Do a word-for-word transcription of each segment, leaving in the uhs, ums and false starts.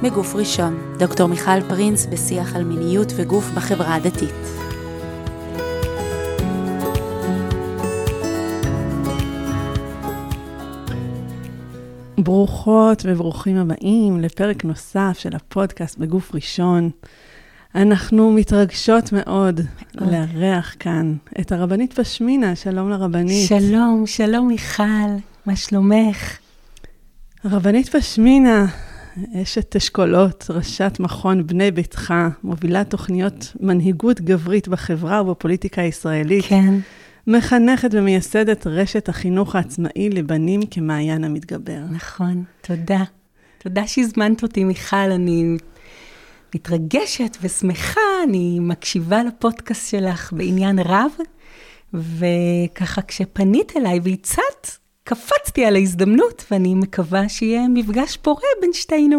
בגוף ראשון, דוקטור מיכל פרינס בשיח על מיניות וגוף בחברה הדתית. ברוכות וברוכים הבאים לפרק נוסף של הפודקאסט בגוף ראשון. אנחנו מתרגשות מאוד לארח כאן את הרבנית פשמינה. שלום לרבנית. שלום, שלום מיכל, מה שלומך? הרבנית פשמינה, אשת אשכולות, ראשת מכון בני ביתך, מובילה תוכניות מנהיגות גברית בחברה ובפוליטיקה הישראלית. כן. מחנכת ומייסדת רשת החינוך העצמאי לבנים כמעיין המתגבר. נכון, תודה. תודה שהזמנת אותי מיכל, אני מתרגשת ושמחה, אני מקשיבה לפודקאסט שלך בעניין רב, וככה כשפנית אליי והצעת, קפצתי על ההזדמנות, ואני מקווה שיהיה מפגש פורה בין שתינו.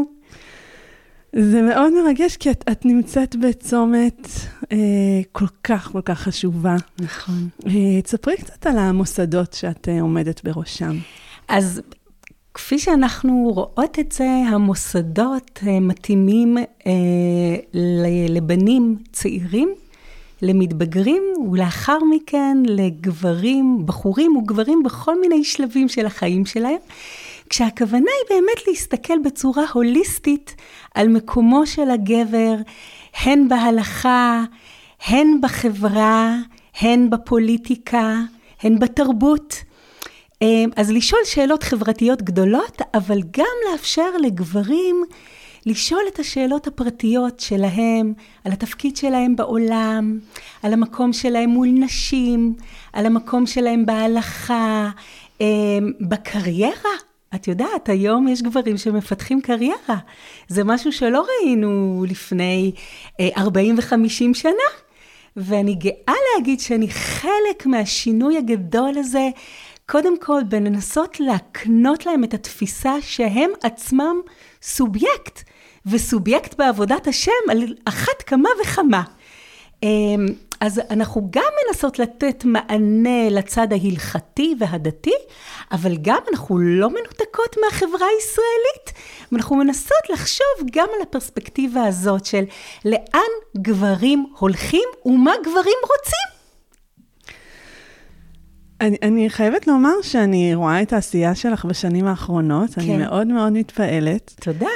זה מאוד מרגש, כי את, את נמצאת בצומת אה, כל כך, כל כך חשובה. נכון. אה, תספרי קצת על המוסדות שאת אה, עומדת בראשם. אז כפי שאנחנו רואות את זה, המוסדות אה, מתאימים אה, לבנים צעירים, למתבגרים, ולאחר מכן לגברים, בחורים וגברים בכל מיני שלבים של החיים שלהם, כשהכוונה היא באמת להסתכל בצורה הוליסטית על מקומו של הגבר, הן בהלכה, הן בחברה, הן בפוליטיקה, הן בתרבות. אז לשאול שאלות חברתיות גדולות, אבל גם לאפשר לגברים לשאול את השאלות הפרטיות שלהם, על התפקיד שלהם בעולם, על המקום שלהם מול נשים, על המקום שלהם בהלכה, בקריירה. את יודעת, היום יש גברים שמפתחים קריירה. זה משהו שלא ראינו לפני ארבעים וחמישים שנה. ואני גאה להגיד שאני חלק מהשינוי הגדול הזה, קודם כל בלנסות להקנות להם את התפיסה שהם עצמם סובייקט, וסובייקט בעבודת השם על אחת כמה וכמה. אז אנחנו גם מנסות לתת מענה לצד ההלכתי והדתי, אבל גם אנחנו לא מנותקות מהחברה הישראלית, ואנחנו מנסות לחשוב גם על הפרספקטיבה הזאת של לאן גברים הולכים ומה גברים רוצים. אני, אני חייבת לומר שאני רואה את העשייה שלך בשנים האחרונות, כן. אני מאוד מאוד מתפעלת. תודה.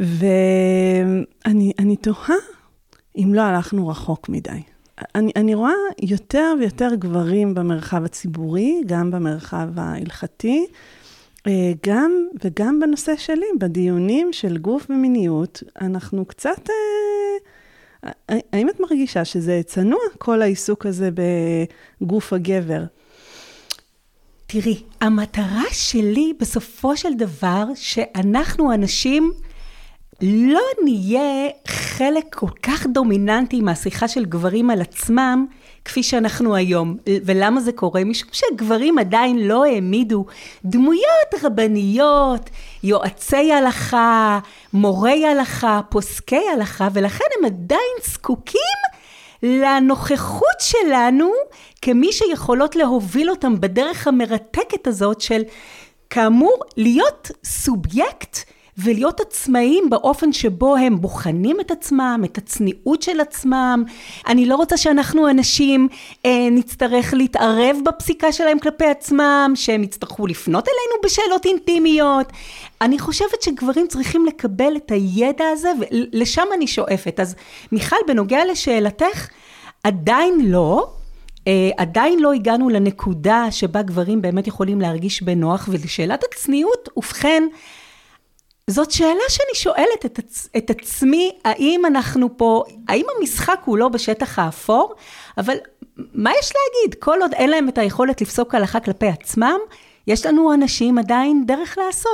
ואני אני תוהה אם לא הלכנו רחוק מדי. אני, אני רואה יותר ויותר גברים במרחב הציבורי, גם במרחב ההלכתי, גם וגם בנושא שלי, בדיונים של גוף ומיניות, אנחנו קצת, האם את מרגישה שזה צנוע כל העיסוק הזה בגוף הגבר? תראי, המטרה שלי בסופו של דבר, שאנחנו אנשים לא נהיה חלק כל כך דומיננטי מהשיחה של גברים על עצמם, כפי שאנחנו היום. ולמה זה קורה? משום שגברים עדיין לא העמידו דמויות רבניות, יועצי הלכה, מורי הלכה, פוסקי הלכה, ולכן הם עדיין זקוקים לנוכחות שלנו, כמי שיכולות להוביל אותם בדרך המרתקת הזאת של, כאמור, להיות סובייקט, ולהיות עצמאים באופן שבו הם בוחנים את עצמם, את הצניעות של עצמם. אני לא רוצה שאנחנו אנשים אה, נצטרך להתערב בפסיקה שלהם כלפי עצמם, שהם יצטרכו לפנות אלינו בשאלות אינטימיות. אני חושבת שגברים צריכים לקבל את הידע הזה, ולשם אני שואפת. אז מיכל, בנוגע לשאלתך, עדיין לא, אה, עדיין לא הגענו לנקודה שבה גברים באמת יכולים להרגיש בנוח, ולשאלת הצניעות, ובכן, זאת שאלה שאני שואלת את, עצ... את עצמי, האם אנחנו פה, האם המשחק הוא לא בשטח האפור, אבל מה יש להגיד? כל עוד אין להם את היכולת לפסוק הלכה כלפי עצמם, יש לנו אנשים עדיין דרך לעשות.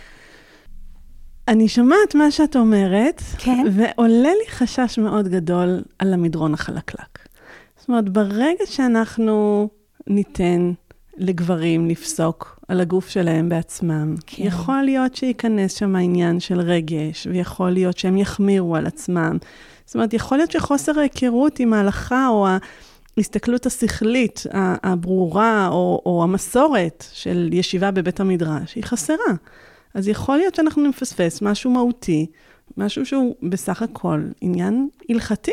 אני שומעת מה שאת אומרת, כן. ועולה לי חשש מאוד גדול על המדרון החלקלק. זאת אומרת, ברגע שאנחנו ניתן לגברים לפסוק על הגוף שלהם בעצמם, כן. יכול להיות שייכנס שם העניין של רגש, ויכול להיות שהם יחמירו על עצמם. זאת אומרת, יכול להיות שחוסר ההיכרות עם ההלכה, או ההסתכלות השכלית, הברורה, או, או המסורת של ישיבה בבית המדרש, היא חסרה. אז יכול להיות שאנחנו נפספס משהו מהותי, משהו שהוא בסך הכל עניין הלכתי.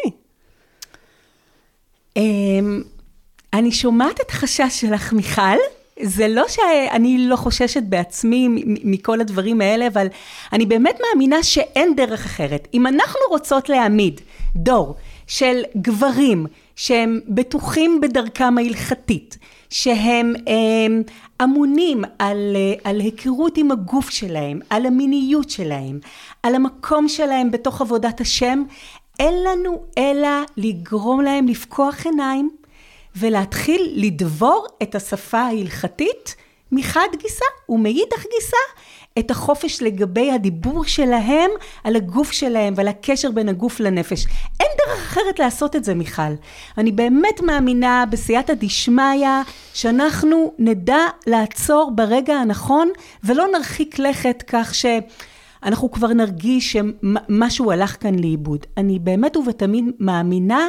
אני שומעת את החשש שלך, מיכל. זה לא שאני לא חוששת בעצמי מכל הדברים האלה, אבל אני באמת מאמינה שאין דרך אחרת. אם אנחנו רוצות להעמיד דור של גברים שהם בטוחים בדרכם ההלכתית, שהם הם, אמונים על, על היכרות עם הגוף שלהם, על המיניות שלהם, על המקום שלהם בתוך עבודת השם, אין לנו אלא לגרום להם לפקוח עיניים, ולהתחיל לדבור את השפה ההלכתית מחד גיסה ומאידך גיסה את החופש לגבי הדיבור שלהם על הגוף שלהם ועל הקשר בין הגוף לנפש. אין דרך אחרת לעשות את זה, מיכל. אני באמת מאמינה בסייעתא דשמיא שאנחנו נדע לעצור ברגע הנכון ולא נרחיק לכת כך שאנחנו כבר נרגיש שמשהו הלך כאן לאיבוד. אני באמת ובתמיד מאמינה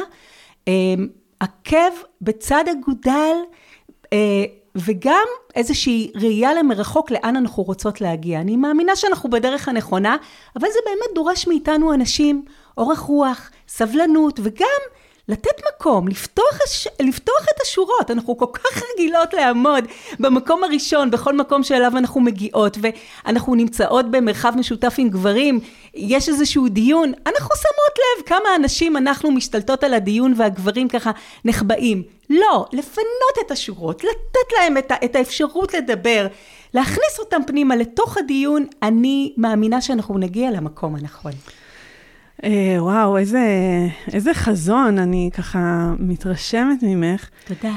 עקב בצד אגודל, וגם איזושהי ראייה למרחוק לאן אנחנו רוצות להגיע. אני מאמינה שאנחנו בדרך הנכונה, אבל זה באמת דורש מאיתנו אנשים, אורך רוח, סבלנות, וגם לתת מקום, לפתוח, לפתוח את השורות. אנחנו כל כך רגילות לעמוד במקום הראשון, בכל מקום שאליו אנחנו מגיעות, ואנחנו נמצאות במרחב משותף עם גברים, יש איזשהו דיון, אנחנו שמות לב כמה אנשים אנחנו משתלטות על הדיון, והגברים ככה נחבאים. לא, לפנות את השורות, לתת להם את, את האפשרות לדבר, להכניס אותם פנימה לתוך הדיון, אני מאמינה שאנחנו נגיע למקום הנכון. וואו, איזה, איזה חזון, אני ככה מתרשמת ממך. תודה.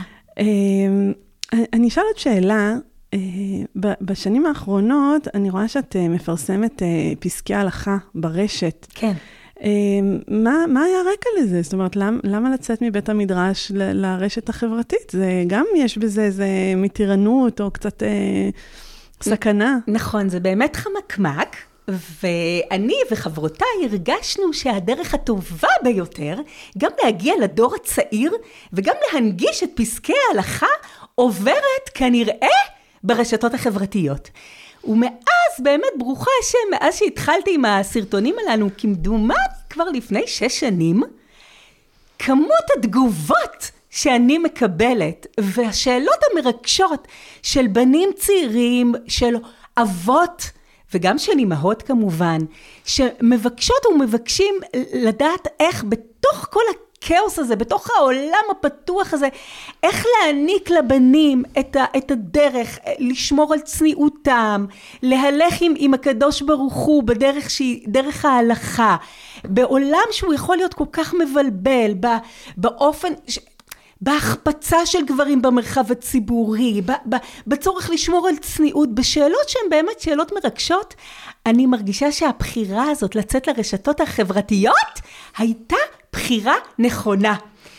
אני אשאל עוד שאלה, בשנים האחרונות אני רואה שאת מפרסמת פסקי הלכה ברשת. כן. מה, מה היה הרקע לזה? זאת אומרת, למה, למה לצאת מבית המדרש ל, לרשת החברתית? זה גם יש בזה איזה מתירנות או קצת אה, סכנה. נכון, זה באמת חמקמק. ואני וחברותיי הרגשנו שהדרך הטובה ביותר, גם להגיע לדור הצעיר, וגם להנגיש את פסקי ההלכה, עוברת כנראה ברשתות החברתיות. ומאז באמת ברוכה השם, מאז שהתחלתי עם הסרטונים הללו, כמדומני כבר לפני שש שנים, כמות התגובות שאני מקבלת, והשאלות המרגשות של בנים צעירים, של אבות, וגם של אמהות כמובן, שמבקשות ומבקשים לדעת איך בתוך כל הכאוס הזה, בתוך העולם הפתוח הזה, איך להעניק לבנים את, ה, את הדרך, לשמור על צניעותם, להלך עם, עם הקדוש ברוך הוא בדרך שהיא, דרך ההלכה, בעולם שהוא יכול להיות כל כך מבלבל, באופן ש... בהחפצה של גברים במרחב הציבורי, בצורך לשמור על צניעות, בשאלות שהן באמת שאלות מרגשות, אני מרגישה שהבחירה הזאת לצאת לרשתות החברתיות, הייתה בחירה נכונה.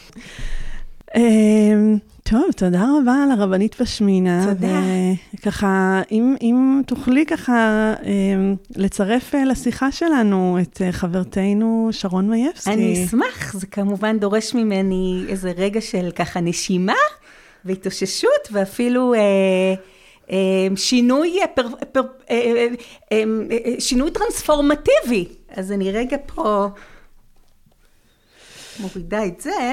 טוב, תודה רבה על הרבנית פשמינה. תודה. וככה, אם, אם תוכלי ככה לצרף לשיחה שלנו את חברתנו שרון מייבסקי. אני אשמח, זה כמובן דורש ממני איזה רגע של ככה נשימה והתאוששות, ואפילו אה, אה, שינוי, פר, פר, אה, אה, אה, שינוי טרנספורמטיבי. אז אני רגע פה מורידה את זה,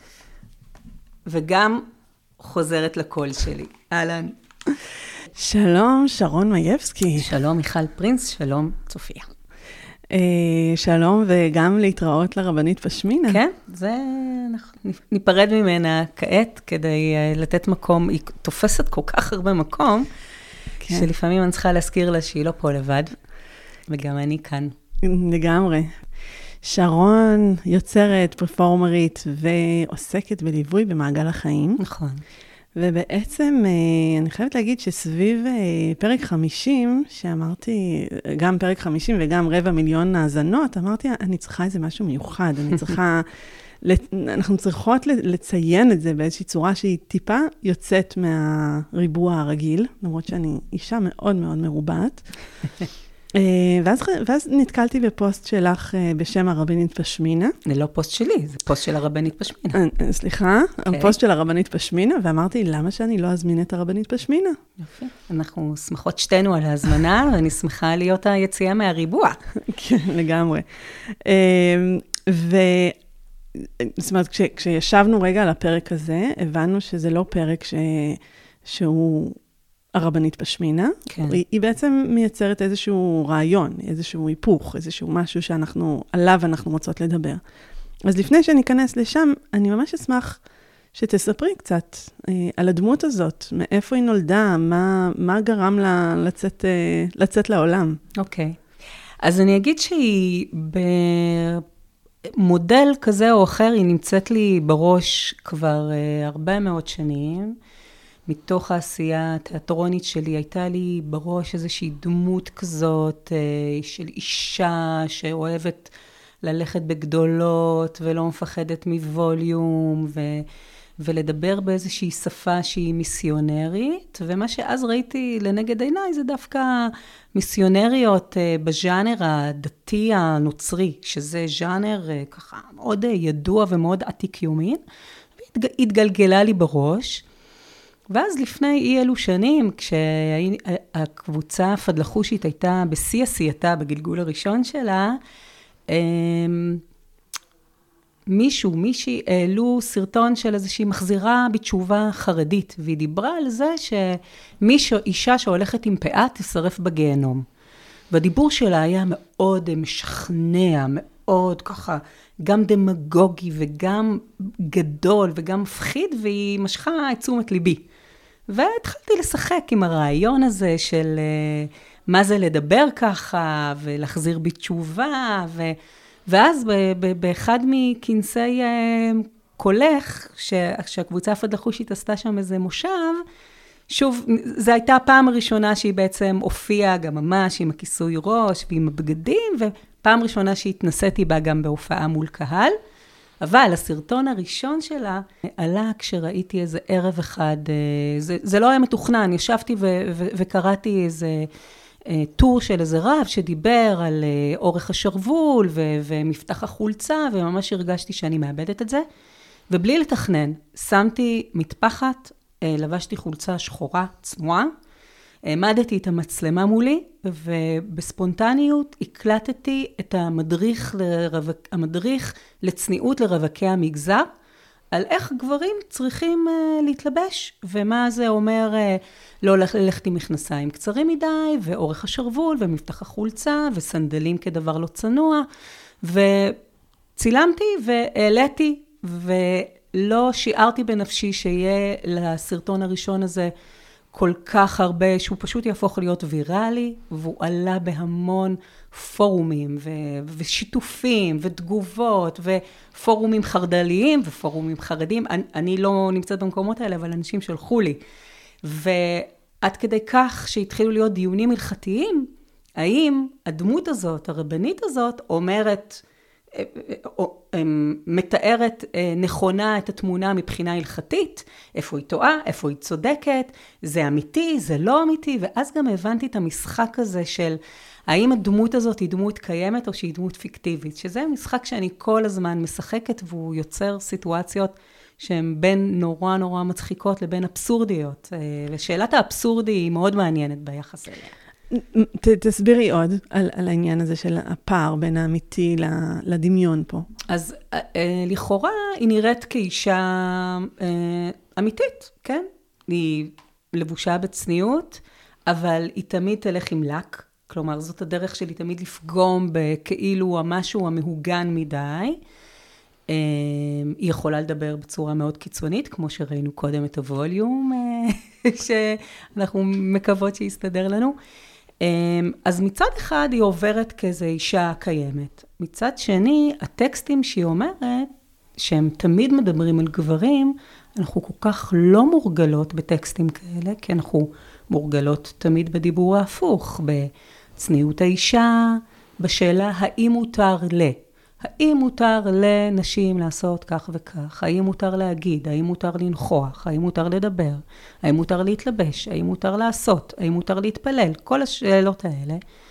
וגם חוזרת לקול שלי. אהלן. שלום, שרון מייבסקי. שלום, מיכל פרינס, שלום, צופיה. שלום, וגם להתראות לרבנית פשמינה. כן, זה, אנחנו ניפרד ממנה כעת, כדי לתת מקום, היא תופסת כל כך הרבה מקום, כן. שלפעמים אני צריכה להזכיר לה שהיא לא פה לבד, וגם אני כאן. לגמרי. שרון יוצרת, פרפורמרית, ועוסקת בליווי במעגל החיים. נכון. ובעצם אני חייבת להגיד שסביב פרק חמישים, שאמרתי, גם פרק חמישים וגם רבע מיליון האזנות, אמרתי, אני צריכה איזה משהו מיוחד, אני צריכה, אנחנו צריכות לציין את זה באיזושהי צורה שהיא טיפה יוצאת מהריבוע הרגיל, למרות שאני אישה מאוד מאוד מרובעת. ואז, ואז נתקלתי בפוסט שלך בשם הרבנית פשמינה. זה לא פוסט שלי, זה פוסט של הרבנית פשמינה. סליחה, okay. הפוסט של הרבנית פשמינה, ואמרתי, למה שאני לא אזמין את הרבנית פשמינה? יופי. אנחנו שמחות שתינו על ההזמנה, ואני שמחה להיות היציאה מהריבוע. כן, לגמרי. ו... זאת אומרת, כש, כשישבנו רגע על הפרק הזה, הבנו שזה לא פרק ש, שהוא הרבנית פשמינה. כן. היא, היא בעצם מייצרת איזשהו רעיון, איזשהו היפוך, איזשהו משהו שאנחנו, עליו אנחנו רוצות לדבר. אז לפני שניכנס לשם, אני ממש אשמח שתספרי קצת אה, על הדמות הזאת, מאיפה היא נולדה, מה, מה גרם לה לצאת, אה, לצאת לעולם. אוקיי. אז אני אגיד שהיא ב... מודל כזה או אחר, היא נמצאת לי בראש כבר uh, הרבה מאוד שנים. מתוך העשייה התיאטרונית שלי, הייתה לי בראש איזושהי דמות כזאת uh, של אישה שאוהבת ללכת בגדולות ולא מפחדת מווליום ו... ולדבר באיזושהי שפה שהיא מיסיונרית, ומה שאז ראיתי לנגד עיניי זה דווקא מיסיונריות בז'אנר הדתי הנוצרי, שזה ז'אנר ככה מאוד ידוע ומאוד עתיק יומין, והתגלגלה לי בראש. ואז לפני אי אלו שנים, כשהקבוצה הפדלחושית הייתה בשיא עשייתה בגלגול הראשון שלה, מישהו, מישהי, העלו סרטון של איזושהי מחזירה בתשובה חרדית, והיא דיברה על זה שמישהו, אישה שהולכת עם פאה תשרף בגיהנום. והדיבור שלה היה מאוד משכנע, מאוד ככה, גם דמגוגי וגם גדול וגם מפחיד, והיא משכה את תשומת ליבי. והתחלתי לשחק עם הרעיון הזה של מה זה לדבר ככה, ולהחזיר בתשובה, ו... ואז באחד מכנסי קולך, שהקבוצה הפדלחושית עשתה שם איזה מושב, שוב, זו הייתה הפעם הראשונה שהיא בעצם הופיעה גם ממש עם הכיסוי ראש ועם הבגדים, ופעם ראשונה שהתנסיתי בה גם בהופעה מול קהל, אבל הסרטון הראשון שלה עלה כשראיתי איזה ערב אחד, זה, זה לא היה מתוכנן, ישבתי ו- ו- וקראתי איזה... טור של איזה רב שדיבר על אורך השרוול ו- ומפתח החולצה, וממש הרגשתי שאני מאבדת את זה. ובלי לתכנן, שמתי מטפחת, לבשתי חולצה שחורה, צנועה, העמדתי את המצלמה מולי, ובספונטניות הקלטתי את המדריך, לרו... המדריך לצניעות לרווקי המגזר, על איך גברים צריכים uh, להתלבש, ומה זה אומר uh, לא ללכת עם מכנסיים קצרים מדי, ואורך השרוול, ומפתח החולצה, וסנדלים כדבר לא צנוע, וצילמתי והעליתי, ולא שיערתי בנפשי שיהיה לסרטון הראשון הזה כל כך הרבה, שהוא פשוט יהפוך להיות ויראלי, והוא עלה בהמון פורומים ו- ושיתופים ותגובות ופורומים חרדליים ופורומים חרדים. אני, אני לא נמצאת במקומות האלה, אבל אנשים שלחו לי. ועד כדי כך שהתחילו להיות דיונים הלכתיים, האם הדמות הזאת, הרבנית הזאת, אומרת, מתארת נכונה את התמונה מבחינה הלכתית, איפה היא טועה, איפה היא צודקת, זה אמיתי, זה לא אמיתי, ואז גם הבנתי את המשחק הזה של האם הדמות הזאת היא דמות קיימת או שהיא דמות פיקטיבית, שזה משחק שאני כל הזמן משחקת והוא יוצר סיטואציות שהן בין נורא נורא מצחיקות לבין אבסורדיות, ושאלת האבסורדי היא מאוד מעניינת ביחס אליה. ת, תסבירי עוד על, על העניין הזה של הפער בין האמיתי לדמיון פה. אז אה, לכאורה היא נראית כאישה אה, אמיתית, כן? היא לבושה בצניעות, אבל היא תמיד תלך עם לק, כלומר זאת הדרך שלי תמיד לפגום בכאילו המשהו המהוגן מדי. אה, היא יכולה לדבר בצורה מאוד קיצונית, כמו שראינו קודם את הווליום, אה, שאנחנו מקוות שיסתדר לנו. אז מצד אחד היא עוברת כאיזו אישה קיימת. מצד שני, הטקסטים שהיא אומרת, שהם תמיד מדברים על גברים, אנחנו כל כך לא מורגלות בטקסטים כאלה, כי אנחנו מורגלות תמיד בדיבור ההפוך, בצניעות האישה, בשאלה האם מותר ל... האם מותר לנשים לעשות כך וכך? האם מותר להגיד? האם מותר לנחוח? האם מותר לדבר? האם מותר להתלבש? האם מותר לעשות? האם מותר להתפלל? כל השאלות האלה,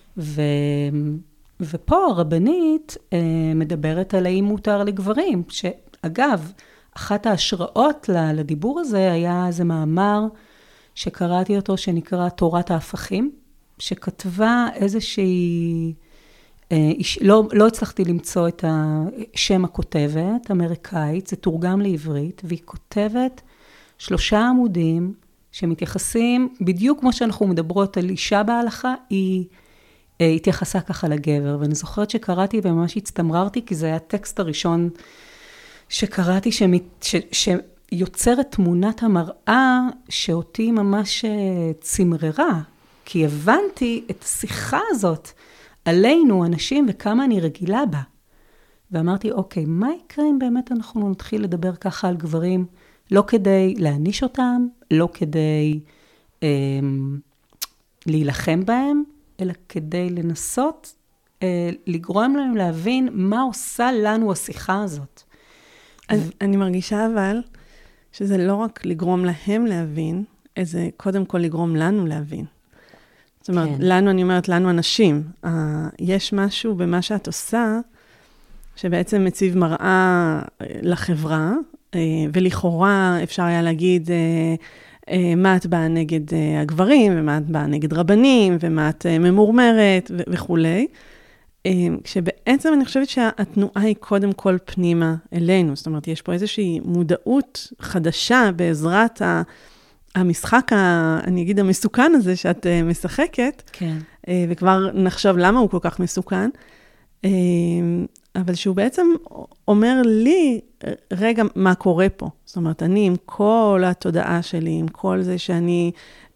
ו... ופה הרבנית אה, מדברת על האם מותר לגברים, שאגב, אחת ההשראות לדיבור הזה היה איזה מאמר שקראתי אותו, שנקרא תורת ההפכים, שכתבה איזושהי, אה, לא, לא הצלחתי למצוא את השם הכותבת, אמריקאית, זה תורגם לעברית, והיא כותבת שלושה עמודים שמתייחסים, בדיוק כמו שאנחנו מדברות על אישה בהלכה, היא אה, התייחסה ככה לגבר, ואני זוכרת שקראתי וממש הצטמררתי, כי זה היה הטקסט הראשון שקראתי, שמת, ש, שיוצר את תמונת המראה, שאותי ממש צמררה, כי הבנתי את השיחה הזאת עלינו, אנשים, וכמה אני רגילה בה. ואמרתי, אוקיי, מה יקרה אם באמת אנחנו נתחיל לדבר ככה על גברים, לא כדי להניש אותם, לא כדי אה, להילחם בהם, אלא כדי לנסות אה, לגרום להם להבין מה עושה לנו השיחה הזאת. אני, אני מרגישה אבל שזה לא רק לגרום להם להבין, זה קודם כל לגרום לנו להבין. זאת אומרת, כן. לנו, אני אומרת, לנו אנשים. Uh, יש משהו במה שאת עושה, שבעצם מציב מראה לחברה, uh, ולכאורה אפשר היה להגיד, uh, uh, מה את באה נגד uh, הגברים, ומה את באה נגד רבנים, ומה את uh, ממורמרת, ו- וכולי. כשבעצם אני חושבת שהתנועה היא קודם כל פנימה אלינו, זאת אומרת, יש פה איזושהי מודעות חדשה בעזרת המשחק, אני אגיד, המסוכן הזה שאת משחקת, כן. וכבר נחשב למה הוא כל כך מסוכן, אבל שהוא בעצם אומר לי, רגע, מה קורה פה? זאת אומרת, אני עם כל התודעה שלי, עם כל זה שאני,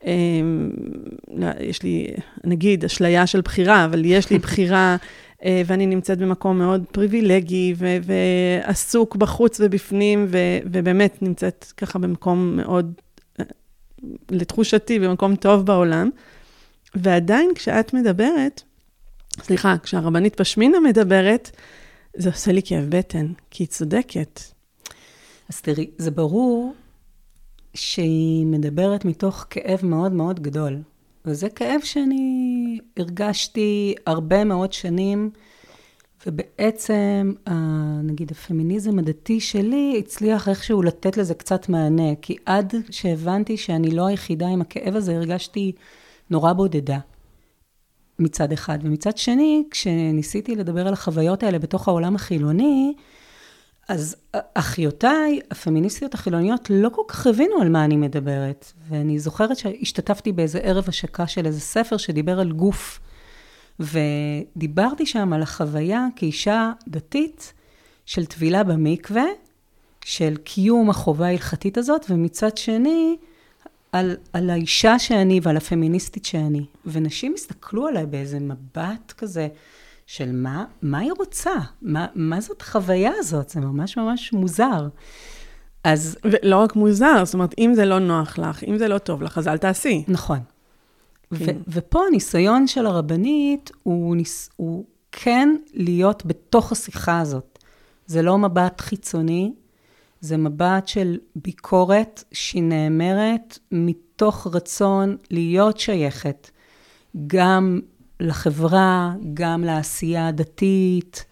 יש לי, נגיד, אשליה של בחירה, אבל יש לי בחירה, ואני נמצאת במקום מאוד פריבילגי, ו- ועסוק בחוץ ובפנים, ו- ובאמת נמצאת ככה במקום מאוד, לתחושתי, במקום טוב בעולם. ועדיין כשאת מדברת, סליחה, כשהרבנית פשמינה מדברת, זה עושה לי כאב בטן, כי היא צודקת. אז תראי, זה ברור שהיא מדברת מתוך כאב מאוד מאוד גדול. וזה כאב שאני הרגשתי הרבה מאוד שנים, ובעצם, נגיד, הפמיניזם הדתי שלי הצליח איכשהו לתת לזה קצת מענה, כי עד שהבנתי שאני לא היחידה עם הכאב הזה, הרגשתי נורא בודדה. מצד אחד. ומצד שני, כשניסיתי לדבר על החוויות האלה בתוך העולם החילוני, אז אחיותיי, הפמיניסטיות החילוניות, לא כל כך הבינו על מה אני מדברת. ואני זוכרת שהשתתפתי באיזה ערב השקה של איזה ספר שדיבר על גוף. ודיברתי שם על החוויה כאישה דתית של טבילה במקווה, של קיום החובה ההלכתית הזאת, ומצד שני, על, על האישה שאני ועל הפמיניסטית שאני. ונשים הסתכלו עליי באיזה מבט כזה, של מה, מה היא רוצה? מה, מה זאת החוויה הזאת? זה ממש ממש מוזר. אז... ולא רק מוזר, זאת אומרת, אם זה לא נוח לך, אם זה לא טוב לך, אז אל תעשי. נכון. ו- ופה הניסיון של הרבנית, הוא, ניס- הוא כן להיות בתוך השיחה הזאת. זה לא מבט חיצוני, זה מבט של ביקורת שהיא נאמרת מתוך רצון להיות שייכת, גם לחברה, גם לעשייה הדתית,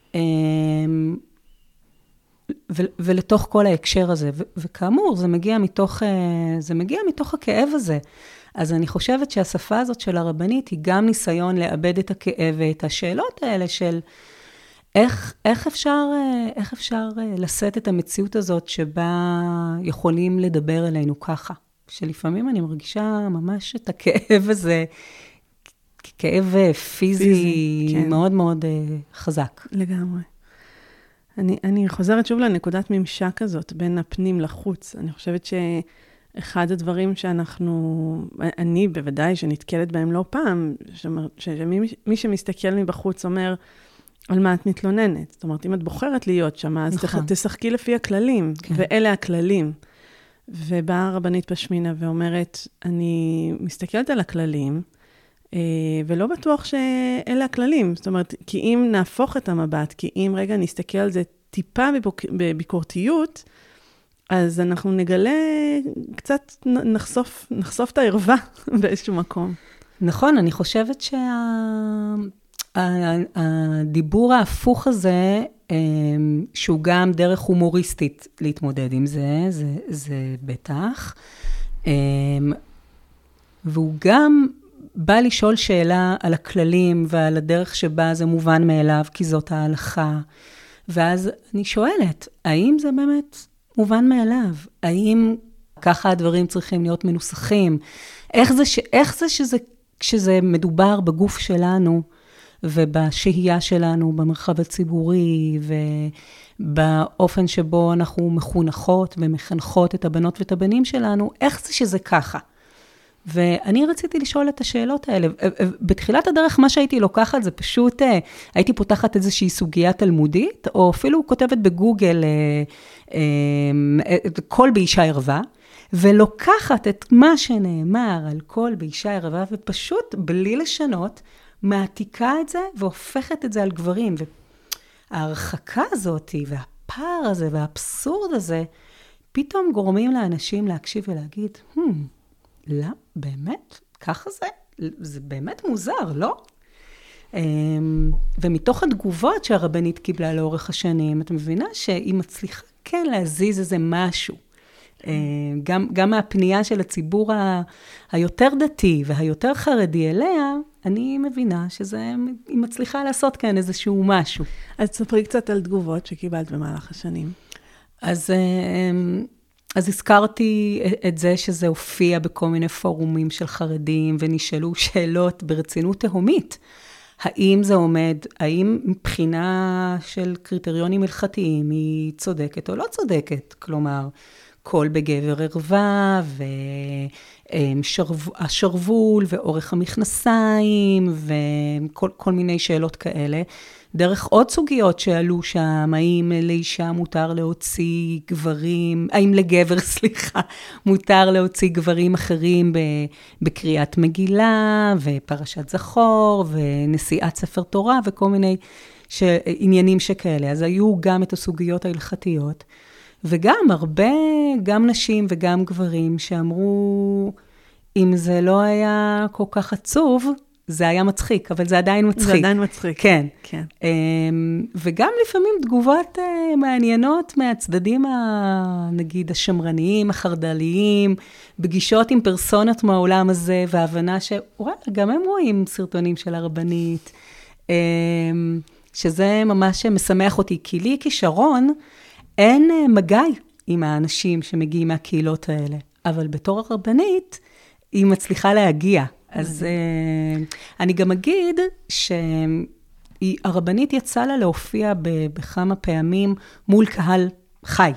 ו- ולתוך כל ההקשר הזה. ו- וכאמור, זה מגיע מתוך, זה מגיע מתוך הכאב הזה. אז אני חושבת שהשפה הזאת של הרבנית היא גם ניסיון לאבד את הכאב ואת השאלות האלה של איך, איך אפשר, איך אפשר לשאת את המציאות הזאת שבה יכולים לדבר אלינו ככה. שלפעמים אני מרגישה ממש את הכאב הזה, כאב פיזי, פיזי כן. מאוד מאוד חזק. לגמרי. אני, אני חוזרת שוב לנקודת ממשק הזאת בין הפנים לחוץ. אני חושבת ש... אחד הדברים שאנחנו, אני בוודאי שנתקלת בהם לא פעם, שמי שמסתכל מבחוץ אומר, על מה את מתלוננת. זאת אומרת, אם את בוחרת להיות שם, אז נכון. תשחקי לפי הכללים, כן. ואלה הכללים. ובאה הרבנית פשמינה ואומרת, אני מסתכלת על הכללים, ולא בטוח שאלה הכללים. זאת אומרת, כי אם נהפוך את המבט, כי אם רגע נסתכל על זה טיפה בביקורתיות, אז אנחנו נגלה, קצת נחשוף, נחשוף את הערווה באיזשהו מקום. נכון, אני חושבת שהדיבור ההפוך הזה, שהוא גם דרך הומוריסטית להתמודד עם זה, זה, זה בטח. והוא גם בא לשאול שאלה על הכללים ועל הדרך שבה זה מובן מאליו, כי זאת ההלכה. ואז אני שואלת, האם זה באמת מובן מאליו? האם ככה הדברים צריכים להיות מנוסחים? איך זה, ש... איך זה שזה, כשזה מדובר בגוף שלנו, ובשהייה שלנו במרחב הציבורי, ובאופן שבו אנחנו מחונכות ומחנכות את הבנות ואת הבנים שלנו, איך זה שזה ככה? ואני רציתי לשאול את השאלות האלה. בתחילת הדרך, מה שהייתי לוקחת זה פשוט, הייתי פותחת איזושהי סוגיה תלמודית, או אפילו כותבת בגוגל, כל באישה ערווה, ולוקחת את מה שנאמר על כל באישה ערווה, ופשוט בלי לשנות, מעתיקה את זה והופכת את זה על גברים. וההרחקה הזאת, והפער הזה, והאבסורד הזה, פתאום גורמים לאנשים להקשיב ולהגיד, hmm, לא, באמת? ככה זה? זה באמת מוזר, לא? ומתוך התגובות שהרבנית קיבלה לאורך השנים, את מבינה שהיא מצליחה כן להזיז איזה משהו. גם, גם מהפנייה של הציבור ה, היותר דתי והיותר חרדי אליה, אני מבינה שזה, היא מצליחה לעשות כאן איזשהו משהו. אז תספרי קצת על תגובות שקיבלת במהלך השנים. אז... אז הזכרתי את זה שזה הופיע בכל מיני פורומים של חרדים, ונשאלו שאלות ברצינות תהומית. האם זה עומד, האם מבחינה של קריטריונים הלכתיים היא צודקת או לא צודקת? כלומר, קול בגבר ערווה, והשרוול, ואורך המכנסיים, וכל כל מיני שאלות כאלה. דרך עוד סוגיות שעלו שם, האם לאישה מותר להוציא גברים, האם לגבר, סליחה, מותר להוציא גברים אחרים בקריאת מגילה, ופרשת זכור, ונשיאת ספר תורה, וכל מיני עניינים שכאלה. אז היו גם את הסוגיות ההלכתיות, וגם הרבה, גם נשים וגם גברים, שאמרו, אם זה לא היה כל כך עצוב, זה היה מצחיק, אבל זה עדיין מצחיק. זה עדיין מצחיק. כן. כן. וגם לפעמים תגובות מעניינות מהצדדים, נגיד, השמרניים, החרדליים, פגישות עם פרסונות מהעולם הזה, והבנה שוואלה, גם הם רואים סרטונים של הרבנית, שזה ממש משמח אותי, כי לי כישרון, אין מגע עם האנשים שמגיעים מהקהילות האלה, אבל בתור הרבנית, היא מצליחה להגיע. אז אני גם אגיד שהרבנית יצאה לה להופיע בכמה פעמים מול קהל חי.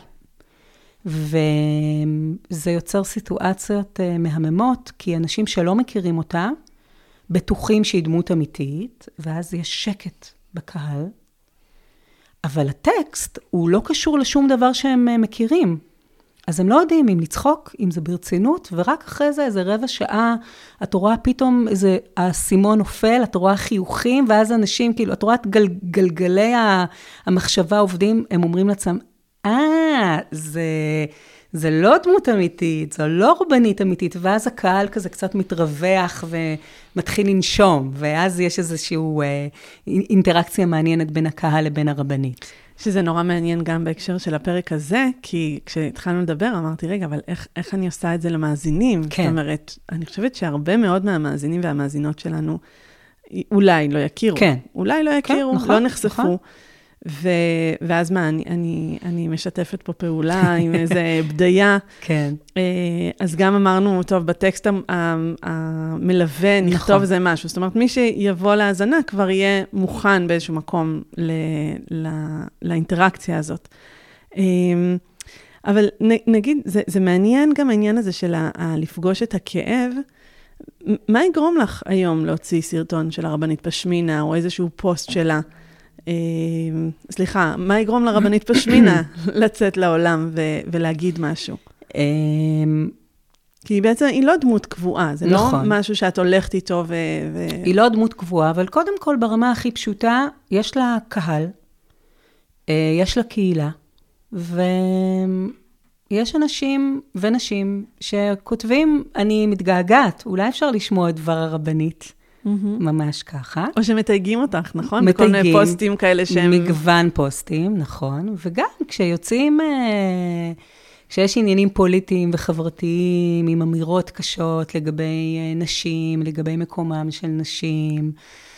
וזה יוצר סיטואציות מהממות, כי אנשים שלא מכירים אותה, בטוחים שהיא דמות אמיתית, ואז יש שקט בקהל. אבל הטקסט הוא לא קשור לשום דבר שהם מכירים. אז הם לא יודעים אם לצחוק, אם זה ברצינות, ורק אחרי זה, איזה רבע שעה, את רואה פתאום איזה, הסימון נופל, את רואה חיוכים, ואז אנשים, כאילו, את רואה את גל, גלגלי המחשבה עובדים, הם אומרים לעצמם, אה, זה, זה לא דמות אמיתית, זו לא רבנית אמיתית, ואז הקהל כזה קצת מתרווח ומתחיל לנשום, ואז יש איזושהי אה, אינטראקציה מעניינת בין הקהל לבין הרבנית. שזה נורא מעניין גם בהקשר של הפרק הזה, כי כשהתחלנו לדבר, אמרתי, רגע, אבל איך, איך אני עושה את זה למאזינים? כן. זאת אומרת, אני חושבת שהרבה מאוד מהמאזינים והמאזינות שלנו, אולי לא יכירו. כן. אולי לא יכירו, כן, נכון, לא נחשפו. נכון. ו... ואז מה, אני, אני, אני משתפת פה פעולה עם איזה בדיה. כן. אז גם אמרנו, טוב, בטקסט המלווה נכתוב איזה משהו. זאת אומרת, מי שיבוא להאזנה כבר יהיה מוכן באיזשהו מקום ל... ל... לאינטראקציה הזאת. אבל נגיד, זה, זה מעניין גם העניין הזה של לפגוש את הכאב. מה יגרום לך היום להוציא סרטון של הרבנית פשמינה, או איזשהו פוסט שלה? סליחה, מה יגרום לרבנית פשמינה לצאת לעולם ולהגיד משהו? כי בעצם היא לא דמות קבועה, זה לא משהו שאת הולכת איתו ו... היא לא דמות קבועה, אבל קודם כל ברמה הכי פשוטה, יש לה קהל, יש לה קהילה, יש אנשים ונשים שכותבים, אני מתגעגעת, אולי אפשר לשמוע את דבר הרבנית, ממש ככה. או שמתייגים אותך, נכון? מתייגים. בכל מיני פוסטים כאלה שהם... מגוון פוסטים, נכון. וגם כשיוצאים, כשיש עניינים פוליטיים וחברתיים, עם אמירות קשות לגבי נשים, לגבי מקומם של נשים,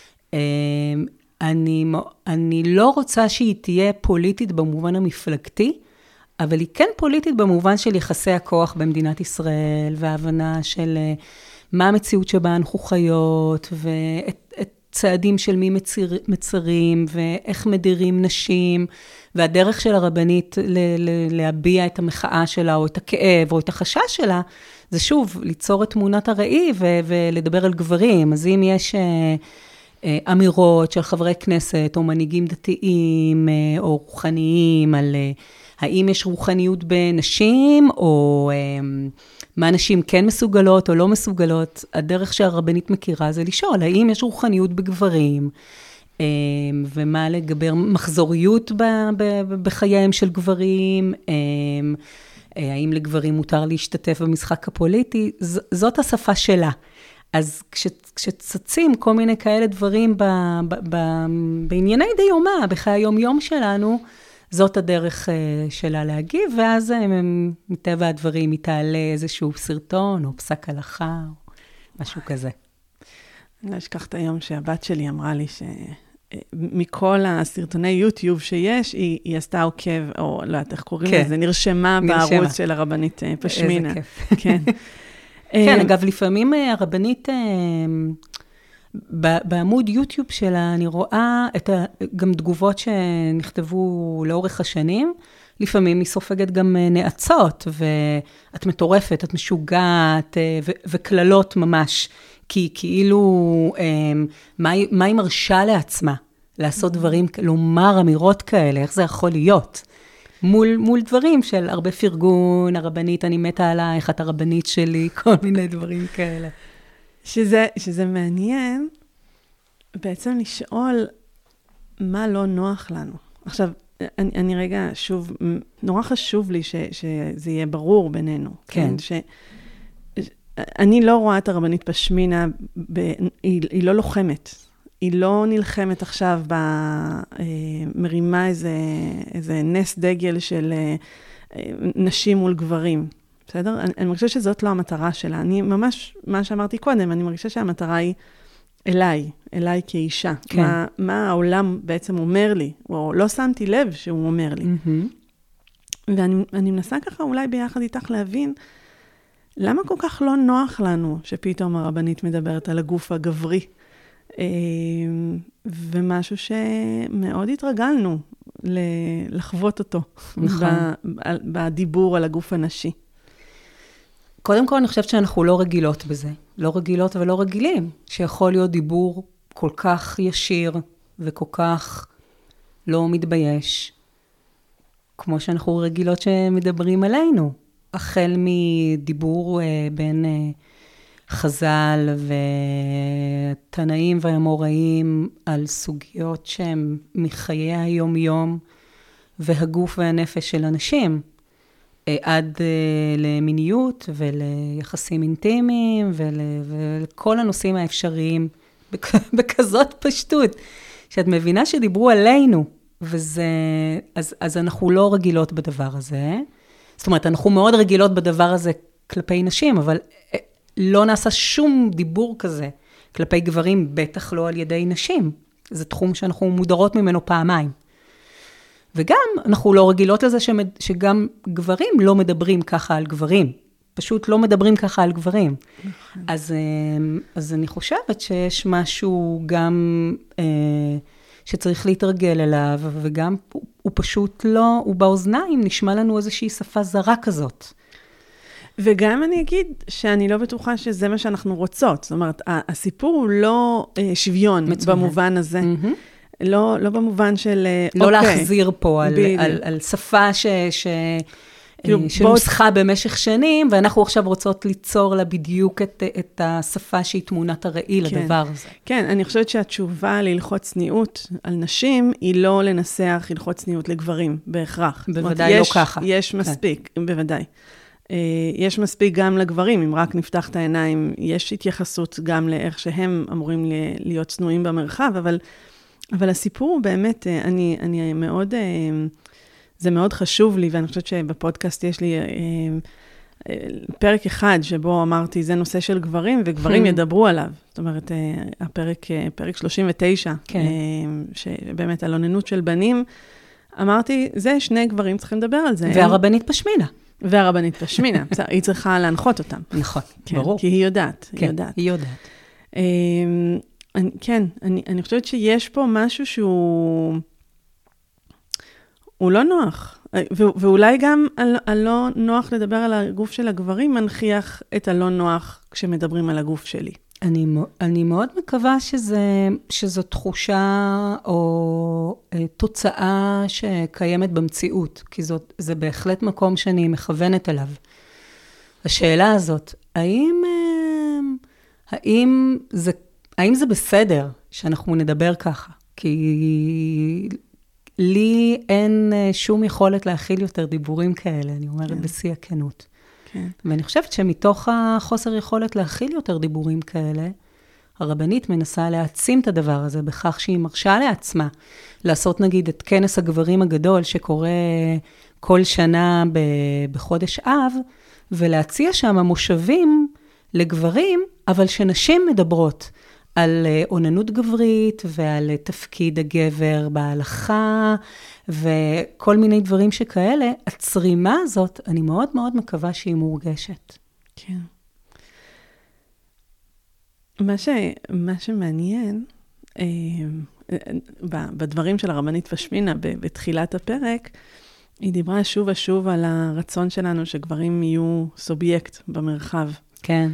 אני, אני לא רוצה שהיא תהיה פוליטית במובן המפלגתי, אבל היא כן פוליטית במובן של יחסי הכוח במדינת ישראל, וההבנה של מה המציאות שבה אנחנו חיות, ואת את צעדים של מי מציר, מצרים, ואיך מדירים נשים, והדרך של הרבנית ל, ל, להביע את המחאה שלה, או את הכאב, או את החשש שלה, זה שוב, ליצור את תמונת הראי, ו, ולדבר על גברים. אז אם יש אמירות של חברי כנסת, או מנהיגים דתיים, או רוחניים, על האם יש רוחניות בנשים, או מה נשים כן מסוגלות או לא מסוגלות, הדרך שהרבנית מכירה זה לשאול, האם יש רוחניות בגברים, ומה לגבי מחזוריות בחייהם של גברים, האם לגברים מותר להשתתף במשחק הפוליטי, זאת השפה שלה. אז כשצצים כל מיני כאלה דברים בענייני דיומה, בחיי היום-יום שלנו, זאת הדרך שלה להגיב, ואז מטבע הדברים היא תעלה איזשהו סרטון, או פסק הלכה, או משהו כזה. אני לא אשכח את היום שהבת שלי אמרה לי שמכל הסרטוני יוטיוב שיש, היא, היא עשתה עוקב, או לא יודעת איך קוראים כן. לזה, נרשמה, נרשמה בערוץ של הרבנית פשמינה. איזה כיף. כן. כן, אגב, לפעמים הרבנית... בעמוד יוטיוב שלה אני רואה את ה, גם תגובות שנכתבו לאורך השנים, לפעמים היא סופגת גם נעצות, ואת מטורפת, את משוגעת, וכללות ממש, כי כאילו, מה, מה היא מרשה לעצמה לעשות דברים, לומר אמירות כאלה, איך זה יכול להיות? מול, מול דברים של הרבה פרגון, הרבנית, אני מתה עלייך, את הרבנית שלי, כל מיני דברים כאלה. שזה, שזה מעניין, בעצם לשאול מה לא נוח לנו. עכשיו, אני, אני רגע, שוב, נורא חשוב לי ש, שזה יהיה ברור בינינו. כן. ש, אני לא רואה את הרבנית פשמינה, ב, היא, היא לא לוחמת. היא לא נלחמת עכשיו במרימה איזה, איזה נס דגל של נשים מול גברים. בסדר? אני, אני מרגישה שזאת לא המטרה שלה. אני ממש, מה שאמרתי קודם, אני מרגישה שהמטרה היא אליי, אליי כאישה. כן. מה, מה העולם בעצם אומר לי, או לא שמתי לב שהוא אומר לי. Mm-hmm. ואני אני מנסה ככה אולי ביחד איתך להבין, למה כל כך לא נוח לנו שפתאום הרבנית מדברת על הגוף הגברי, ומשהו שמאוד התרגלנו לחוות אותו, נכון. בדיבור על הגוף הנשי. קודם כל, אני חושבת שאנחנו לא רגילות בזה. לא רגילות ולא רגילים, שיכול להיות דיבור כל כך ישיר וכל כך לא מתבייש, כמו שאנחנו רגילות שמדברים עלינו. החל מדיבור בין חז"ל ותנאים ואמוראים על סוגיות שהן מחיי היום-יום והגוף והנפש של אנשים, עד למיניות וליחסים אינטימיים ול, ולכל הנושאים האפשריים בכזאת פשטות, שאת מבינה שדיברו עלינו, וזה, אז, אז אנחנו לא רגילות בדבר הזה. זאת אומרת, אנחנו מאוד רגילות בדבר הזה כלפי נשים, אבל לא נעשה שום דיבור כזה כלפי גברים, בטח לא על ידי נשים. זה תחום שאנחנו מודרות ממנו פעמיים. וגם אנחנו לא רגילות לזה שמד... שגם גברים לא מדברים ככה על גברים. פשוט לא מדברים ככה על גברים. אז, אז אני חושבת שיש משהו גם שצריך להתרגל אליו, וגם הוא פשוט לא, הוא באוזניים, נשמע לנו איזושהי שפה זרה כזאת. וגם אני אגיד שאני לא בטוחה שזה מה שאנחנו רוצות. זאת אומרת, הסיפור הוא לא שוויון מצוין. במובן הזה. Mm-hmm. לא, לא במובן של... לא אוקיי, להחזיר פה על, על, על שפה ש, ש, שנוסחה במשך שנים, ואנחנו עכשיו רוצות ליצור לה בדיוק את, את השפה שהיא תמונת הראי לדבר הזה. כן, אני חושבת שהתשובה להלכות צניעות על נשים, היא לא לנסח הלכות צניעות לגברים, בהכרח. בוודאי לא ככה. יש מספיק, בוודאי. יש מספיק גם לגברים, אם רק נפתח את העיניים, יש התייחסות גם לאיך שהם אמורים להיות צנועים במרחב, אבל, אבל הסיפור הוא באמת, אני, אני מאוד, זה מאוד חשוב לי, ואני חושבת שבפודקאסט יש לי פרק אחד שבו אמרתי, זה נושא של גברים, וגברים ידברו עליו. זאת אומרת, הפרק, פרק שלושים ותשע, כן. שבאמת על אוננות של בנים, אמרתי, זה שני גברים צריכים לדבר על זה. והרבנית פשמינה. והרבנית פשמינה, היא צריכה להנחות אותם. נכון, כן, ברור. כי היא יודעת, כן, היא יודעת. היא יודעת. אני, כן, אני, אני חושבת שיש פה משהו שהוא הוא לא נוח. ו- ואולי גם הלא נוח לדבר על הגוף של הגברים, מנחיח את הלא נוח כשמדברים על הגוף שלי. אני, אני מאוד מקווה שזה, שזו תחושה או תוצאה שקיימת במציאות, כי זאת, זה בהחלט מקום שאני מכוונת אליו. השאלה הזאת, האם, האם זה, האם זה בסדר שאנחנו נדבר ככה? כי לי אין שום יכולת להכיל יותר דיבורים כאלה, אני אומרת בשיא הכנות. כן. ואני חושבת שמתוך החוסר יכולת להכיל יותר דיבורים כאלה, הרבנית מנסה להעצים את הדבר הזה, בכך שהיא מרשה לעצמה, לעשות נגיד את כנס הגברים הגדול, שקורה כל שנה בחודש אב, ולהציע שם מושבים לגברים, אבל שנשים מדברות על אוננות גברית, ועל תפקיד הגבר בהלכה, וכל מיני דברים שכאלה, הצרימה הזאת, אני מאוד מאוד מקווה שהיא מורגשת. כן. מה, ש, מה שמעניין, אה, בדברים של הרבנית פשמינה, בתחילת הפרק, היא דיברה שוב ושוב על הרצון שלנו שגברים יהיו סובייקט במרחב. כן.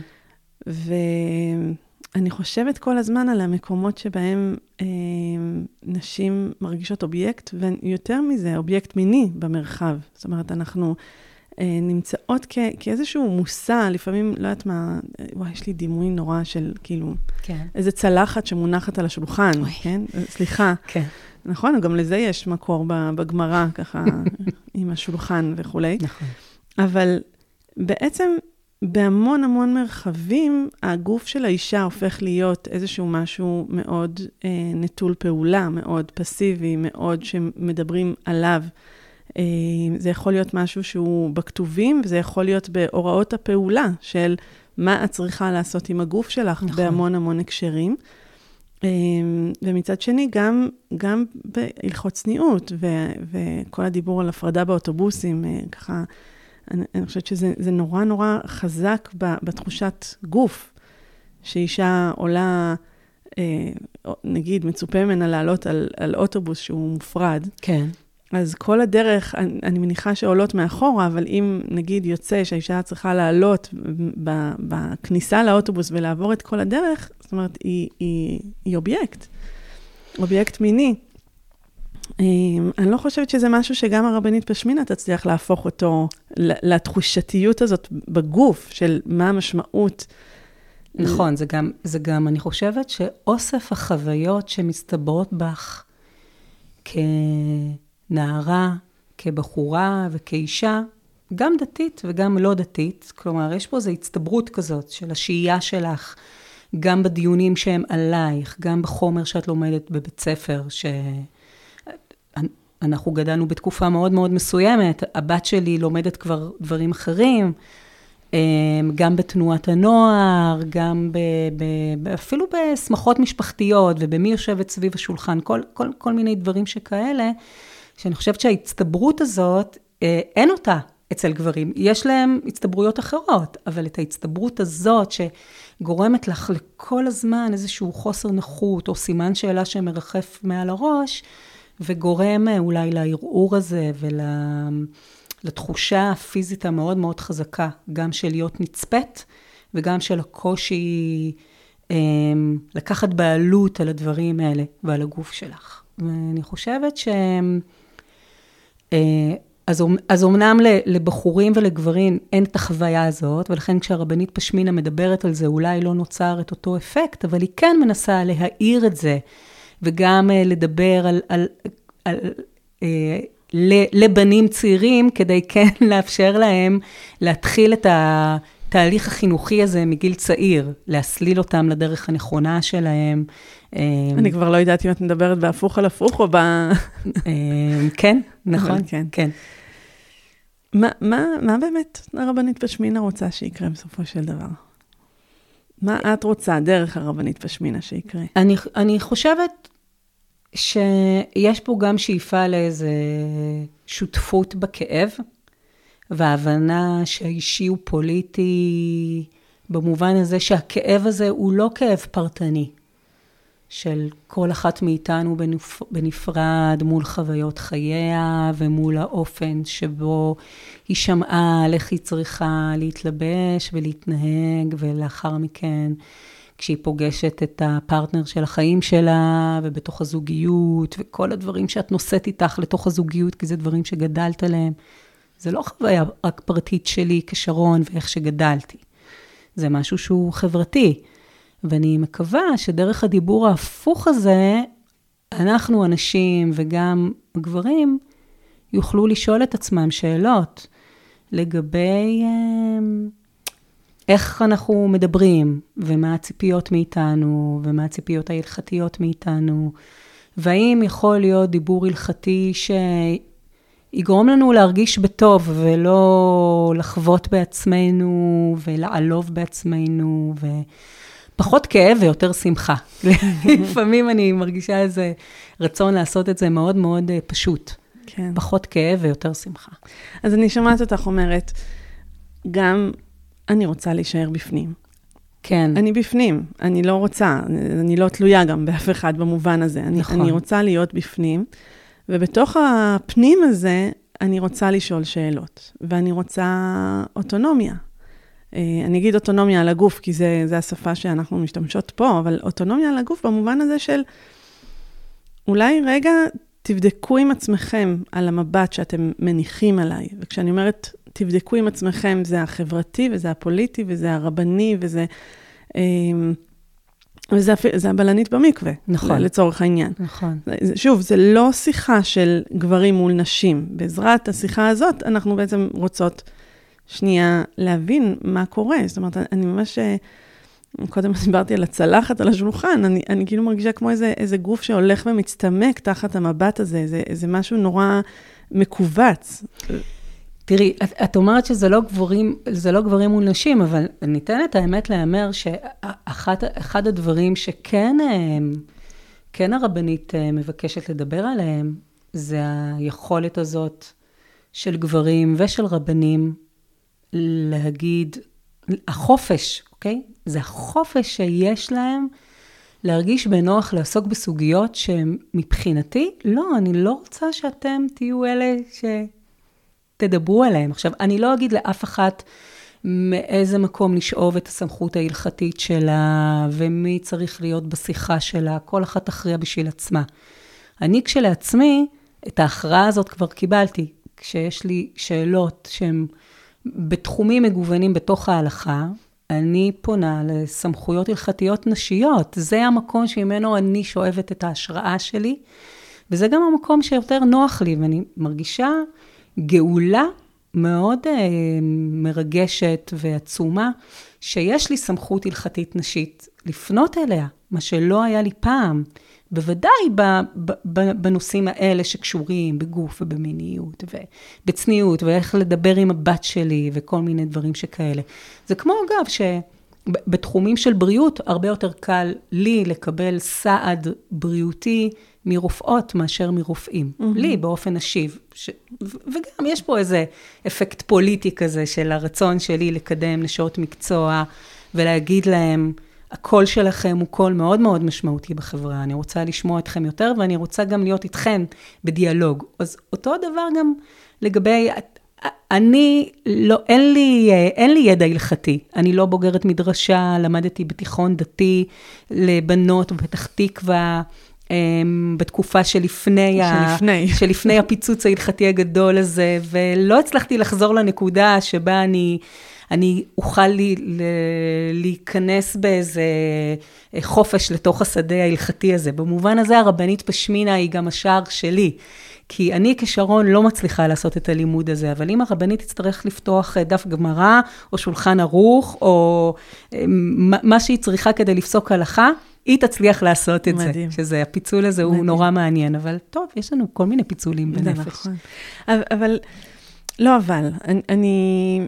ואני חושבת כל הזמן על המקומות שבהם אה, נשים מרגישות אובייקט, ויותר מזה, אובייקט מיני במרחב. זאת אומרת, אנחנו אה, נמצאות כ, כאיזשהו מושא, לפעמים, לא יודעת מה, וואי, יש לי דימוי נורא של, כאילו, כן. איזה צלחת שמונחת על השולחן, אוי. כן? סליחה. כן. נכון, גם לזה יש מקור בגמרא, ככה, עם השולחן וכו'. נכון. אבל בעצם, בהמון המון מרחבים, הגוף של האישה הופך להיות איזשהו משהו מאוד אה, נטול פעולה, מאוד פסיבי, מאוד שמדברים עליו. אה, זה יכול להיות משהו שהוא בכתובים, וזה יכול להיות בהוראות הפעולה של מה את צריכה לעשות עם הגוף שלך, נכון. בהמון המון הקשרים. אה, ומצד שני, גם, גם בהלכות צניעות, ו- וכל הדיבור על הפרדה באוטובוסים, אה, ככה, אני, אני חושבת שזה זה נורא נורא חזק בתחושת גוף, שאישה עולה, אה, נגיד, מצופה ממנה לעלות על, על אוטובוס שהוא מופרד. כן. אז כל הדרך, אני, אני מניחה שעולות מאחורה, אבל אם נגיד יוצא שהאישה צריכה לעלות ב, בכניסה לאוטובוס ולעבור את כל הדרך, זאת אומרת, היא, היא, היא אובייקט, אובייקט מיני. אני לא חושבת שזה משהו שגם הרבנית פשמינה תצליח להפוך אותו לתחושתיות הזאת בגוף, של מה המשמעות. נכון, זה גם, זה גם, אני חושבת שאוסף החוויות שמסתברות בך כנערה, כבחורה וכאישה, גם דתית וגם לא דתית, כלומר, יש פה איזו הצטברות כזאת של השהייה שלך, גם בדיונים שהם עלייך, גם בחומר שאת לומדת בבית ספר, ש... אנחנו גדלנו בתקופה מאוד מאוד מסוימת, הבת שלי לומדת כבר דברים אחרים, גם בתנועת הנוער, גם ב, ב, אפילו בשמחות משפחתיות, ובמי יושבת סביב השולחן, כל, כל, כל מיני דברים שכאלה, שאני חושבת שההצטברות הזאת, אין אותה אצל גברים. יש להם הצטברויות אחרות, אבל את ההצטברות הזאת שגורמת לך לכל הזמן איזשהו חוסר נוחות, או סימן שאלה שמרחף מעל הראש, וגורם אולי לערעור הזה ולתחושה הפיזית המאוד מאוד חזקה, גם של להיות נצפת, וגם של הקושי לקחת בעלות על הדברים האלה ועל הגוף שלך. ואני חושבת אז, אז אומנם לבחורים ולגברים אין את החוויה הזאת, ולכן כשהרבנית פשמינה מדברת על זה, אולי לא נוצר את אותו אפקט, אבל היא כן מנסה להעיר את זה, וגם לדבר על, על, על, על לבנים צעירים, כדי כן לאפשר להם להתחיל את התהליך החינוכי הזה מגיל צעיר, להסליל אותם לדרך הנכונה שלהם. אני כבר לא יודעת אם את מדברת בהפוך על הפוך או ב... כן, נכון, כן. כן. מה, מה, מה באמת הרבנית פשמינה רוצה שיקרה בסופו של דבר? מה את רוצה דרך הרבנית פשמינה שיקרה? אני, אני חושבת שיש פה גם שאיפה לאיזה שותפות בכאב, וההבנה שהאישי הוא פוליטי, במובן הזה שהכאב הזה הוא לא כאב פרטני, של כל אחת מאיתנו בנפרד מול חוויות חייה, ומול האופן שבו היא שמעה על איך היא צריכה להתלבש ולהתנהג, ולאחר מכן, כשהיא פוגשת את הפרטנר של החיים שלה, ובתוך הזוגיות, וכל הדברים שאת נושאת איתך לתוך הזוגיות, כי זה דברים שגדלת עליהם. זה לא חוויה רק פרטית שלי כשרון, ואיך שגדלתי. זה משהו שהוא חברתי. ואני מקווה שדרך הדיבור ההפוך הזה, אנחנו אנשים וגם גברים, יוכלו לשאול את עצמם שאלות, לגבי איך אנחנו מדברים, ומה הציפיות מאיתנו, ומה הציפיות ההלכתיות מאיתנו, והאם יכול להיות דיבור הלכתי שיגרום לנו להרגיש בטוב, ולא לחוות בעצמנו, ולעלוב בעצמנו, ופחות כאב ויותר שמחה. לפעמים אני מרגישה איזה רצון לעשות את זה מאוד מאוד פשוט. כן. פחות כאב ויותר שמחה. אז אני שומעת אותך אומרת, גם אני רוצה להישאר בפנים. כן. אני בפנים, אני לא רוצה, אני לא תלויה גם באף אחד במובן הזה. נכון. אני, אני רוצה להיות בפנים, ובתוך הפנים הזה, אני רוצה לשאול שאלות, ואני רוצה אוטונומיה. אני אגיד אוטונומיה על הגוף, כי זה, זה השפה שאנחנו משתמשות פה, אבל אוטונומיה על הגוף במובן הזה של, אולי רגע תבדקו עם עצמכם על המבט שאתם מניחים עליי, וכשאני אומרת, תבדקו עם עצמכם, זה החברתי, וזה הפוליטי, וזה הרבני, וזה, וזה זה הבלנית במקווה, נכון. לצורך העניין. נכון. שוב, זה לא שיחה של גברים מול נשים. בעזרת השיחה הזאת, אנחנו בעצם רוצות שנייה להבין מה קורה. זאת אומרת, אני ממש, קודם דיברתי על הצלחת, על השולחן, אני, אני כאילו מרגישה כמו איזה, איזה גוף שהולך ומצטמק תחת המבט הזה, זה, זה משהו נורא מקובץ. תראי, את, את אומרת שזה לא גברים, זה לא גברים מול נשים, אבל ניתן את האמת לאמר שאחד הדברים שכן כן הרבנית מבקשת לדבר עליהם, זה היכולת הזאת של גברים ושל רבנים להגיד, החופש, אוקיי? זה החופש שיש להם להרגיש בנוח לעסוק בסוגיות שמבחינתי, לא, אני לא רוצה שאתם תהיו אלה ש... תדברו עליהם. עכשיו, אני לא אגיד לאף אחת מאיזה מקום לשאוב את הסמכות ההלכתית שלה, ומי צריך להיות בשיחה שלה, כל אחת תכריע בשביל עצמה. אני כשלעצמי, את ההכרעה הזאת כבר קיבלתי, כשיש לי שאלות שהן בתחומים מגוונים בתוך ההלכה, אני פונה לסמכויות הלכתיות נשיות. זה המקום שממנו אני שואבת את ההשראה שלי, וזה גם המקום שיותר נוח לי, ואני מרגישה גאולה מאוד uh, מרגשת ועצומה, שיש לי סמכות הלכתית נשית לפנות אליה, מה שלא היה לי פעם, בוודאי ב- ב- ב- בנושאים האלה שקשורים בגוף ובמיניות ובצניעות, ואיך לדבר עם הבת שלי וכל מיני דברים שכאלה. זה כמו אגב שבתחומים של בריאות, הרבה יותר קל לי לקבל סעד בריאותי, מרופאות מאשר מרופאים. Mm-hmm. לי באופן נשיב. ש... וגם יש פה איזה אפקט פוליטי כזה של הרצון שלי לקדם נשות מקצוע, ולהגיד להם, הקול שלכם הוא קול מאוד מאוד משמעותי בחברה. אני רוצה לשמוע אתכם יותר, ואני רוצה גם להיות איתכם בדיאלוג. אז אותו דבר גם לגבי, אני לא, אין לי, אין לי ידע הלכתי. אני לא בוגרת מדרשה, למדתי בתיכון דתי לבנות בפתח תקווה, בתקופה שלפני, שלפני. ה... שלפני הפיצוץ ההלכתי הגדול הזה, ולא הצלחתי לחזור לנקודה שבה אני, אני אוכל לי, להיכנס באיזה חופש לתוך השדה ההלכתי הזה. במובן הזה הרבנית פשמינה היא גם השער שלי, כי אני כשרון לא מצליחה לעשות את הלימוד הזה, אבל אם הרבנית תצטרך לפתוח דף גמרא, או שולחן ערוך, או מה שהיא צריכה כדי לפסוק הלכה, היא תצליח לעשות את מדהים. זה, שזה, הפיצול הזה מדהים. הוא נורא מעניין, אבל טוב, יש לנו כל מיני פיצולים בנפש. נכון. אבל, אבל, לא אבל, אני, אני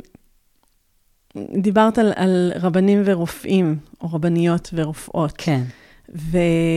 דיברת על, על רבנים ורופאים, או רבניות ורופאות. כן. ו...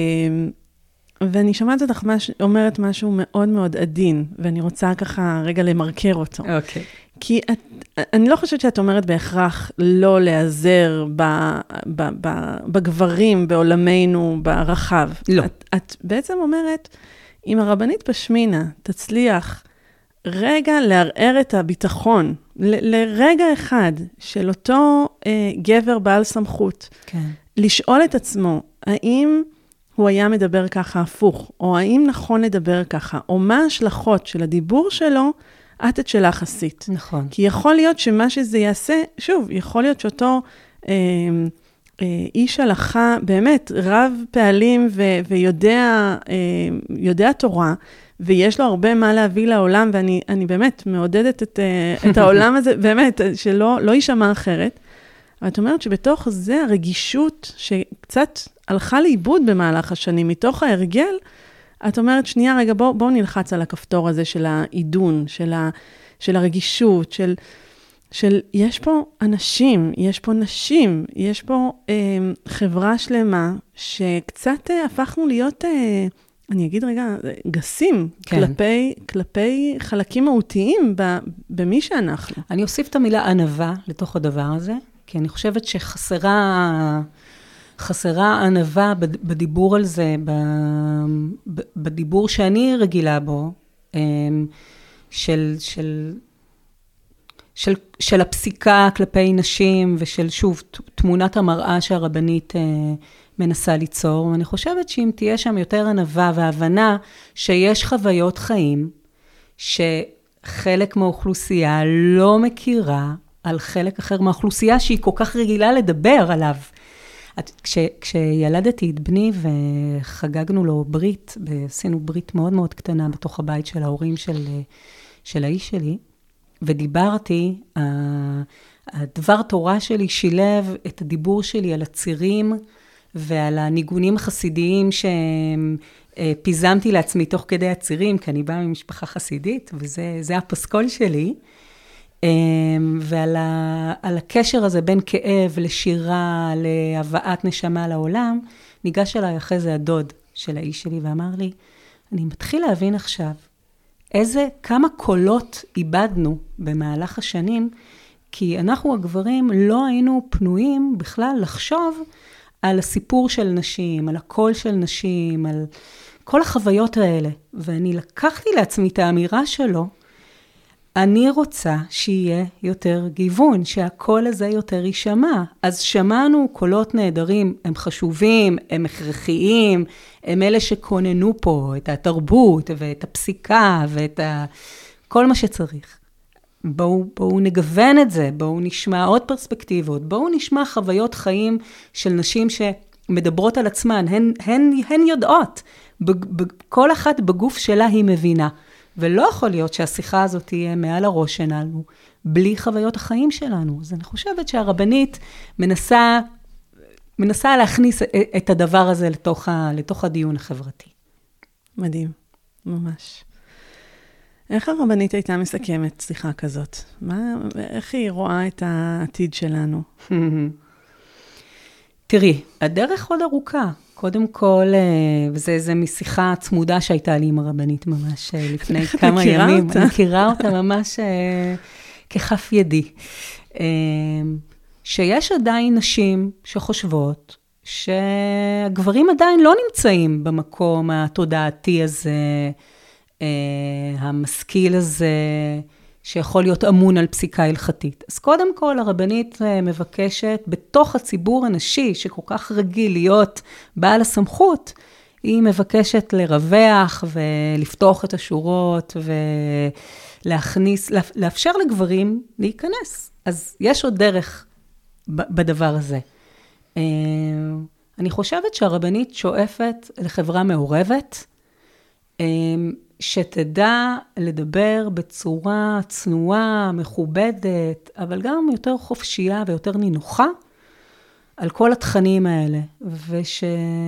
ואני שומעת אותך מש... אומרת משהו מאוד מאוד עדין, ואני רוצה ככה רגע למרקר אותו. אוקיי. Okay. כי את, אני לא חושבת שאת אומרת בהכרח לא להיעזר ב, ב, ב, בגברים בעולמנו ברחב. לא. את, את בעצם אומרת, אם הרבנית פשמינה תצליח רגע לערער את הביטחון, ל, לרגע אחד של אותו אה, גבר בעל סמכות, כן. לשאול את עצמו, האם הוא היה מדבר ככה הפוך, או האם נכון לדבר ככה, או מה ההשלכות של הדיבור שלו, את את שלך עשית. נכון. כי יכול להיות שמה שזה יעשה, שוב, יכול להיות שאותו אה, אה, איש הלכה, באמת, רב פעלים ו- ויודע אה, יודע תורה, ויש לו הרבה מה להביא לעולם, ואני אני באמת מעודדת את, אה, את העולם הזה, באמת, שלא לא יישמע אחרת. אבל את אומרת שבתוך זה הרגישות שקצת הלכה לאיבוד במהלך השנים, מתוך ההרגל, את אומרת, שנייה, רגע, בואו בוא נלחץ על הכפתור הזה של העידון, של, ה, של הרגישות, של, של, יש פה אנשים, יש פה נשים, יש פה אה, חברה שלמה, שקצת אה, הפכנו להיות, אה, אני אגיד רגע, גסים, כן. כלפי, כלפי חלקים מהותיים ב, במי שאנחנו. אני אוסיף את המילה ענווה לתוך הדבר הזה, כי אני חושבת שחסרה... חסרה ענווה בדיבור על זה, בדיבור שאני רגילה בו, של, של, של, של הפסיקה כלפי נשים, ושל שוב, תמונת המראה שהרבנית מנסה ליצור. ואני חושבת שאם תהיה שם יותר ענווה והבנה שיש חוויות חיים, שחלק מהאוכלוסייה לא מכירה על חלק אחר מהאוכלוסייה, שהיא כל כך רגילה לדבר עליו. כש, כשילדתי את בני וחגגנו לו ברית, עשינו ברית מאוד מאוד קטנה בתוך הבית של ההורים של, של האיש שלי, ודיברתי, הדבר תורה שלי שילב את הדיבור שלי על הצירים ועל הניגונים החסידיים שפיזמתי לעצמי תוך כדי הצירים, כי אני באה ממשפחה חסידית, וזה הפסקול שלי. ועל ה, על הקשר הזה בין כאב לשירה, להבאת נשמה לעולם, ניגש אליי אחרי זה הדוד של האיש שלי ואמר לי, אני מתחיל להבין עכשיו איזה, כמה קולות איבדנו במהלך השנים, כי אנחנו הגברים לא היינו פנויים בכלל לחשוב על הסיפור של נשים, על הקול של נשים, על כל החוויות האלה. ואני לקחתי לעצמי את האמירה שלו, אני רוצה שיהיה יותר גיוון, שהקול הזה יותר יישמע. אז שמענו קולות נהדרים, הם חשובים, הם הכרחיים, הם אלה שכוננו פה את התרבות ואת הפסיקה ואת ה... כל מה שצריך. בואו, בואו נגוון את זה, בואו נשמע עוד פרספקטיבות, בואו נשמע חוויות חיים של נשים שמדברות על עצמן, הן, הן, הן יודעות, כל אחת בגוף שלה היא מבינה. ולא יכול להיות שהשיחה הזאת תהיה מעל הראש שלנו, בלי חוויות החיים שלנו. אז אני חושבת שהרבנית מנסה, מנסה להכניס את הדבר הזה לתוך, ה, לתוך הדיון החברתי. מדהים, ממש. איך הרבנית הייתה מסכמת שיחה כזאת? מה, איך היא רואה את העתיד שלנו? תראי, הדרך עוד ארוכה. קודם כל, וזה זה משיחה צמודה שהייתה לי עם הרבנית ממש לפני כמה ימים. אותה? אני מכירה אותה ממש ככף ידי. שיש עדיין נשים שחושבות שהגברים עדיין לא נמצאים במקום התודעתי הזה, המשכיל הזה, שיכול להיות אמון על פסיקה הלכתית. אז קודם כל, הרבנית מבקשת, בתוך הציבור הנשי, שכל כך רגיל להיות בעל הסמכות, היא מבקשת לרווח ולפתוח את השורות ולהכניס, לאפשר לגברים להיכנס. אז יש עוד דרך בדבר הזה. אני חושבת שהרבנית שואפת לחברה מעורבת, שתדע לדבר בצורה צנועה, מכובדת, אבל גם יותר חופשייה ויותר נינוחה, על כל התכנים האלה, וש...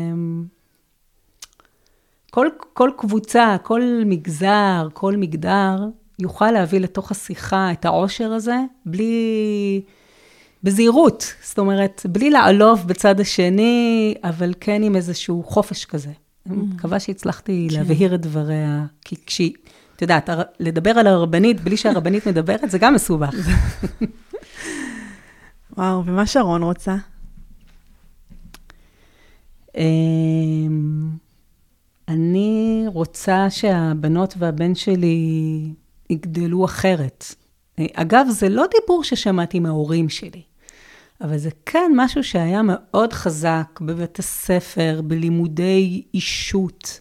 כל, כל קבוצה, כל מגזר, כל מגדר, יוכל להביא לתוך השיחה את העושר הזה, בלי... בזהירות, זאת אומרת, בלי לעלוב בצד השני, אבל כן עם איזשהו חופש כזה. אני מקווה שהצלחתי להבהיר את דבריה, כי כשהיא, אתה יודעת, לדבר על הרבנית, בלי שהרבנית מדברת, זה גם מסובך. וואו, ומה שרון רוצה? אני רוצה שהבנות והבן שלי יגדלו אחרת. אגב, זה לא דיבור ששמעתי מההורים שלי, אבל זה כן משהו שהיה מאוד חזק בבית הספר, בלימודי אישות,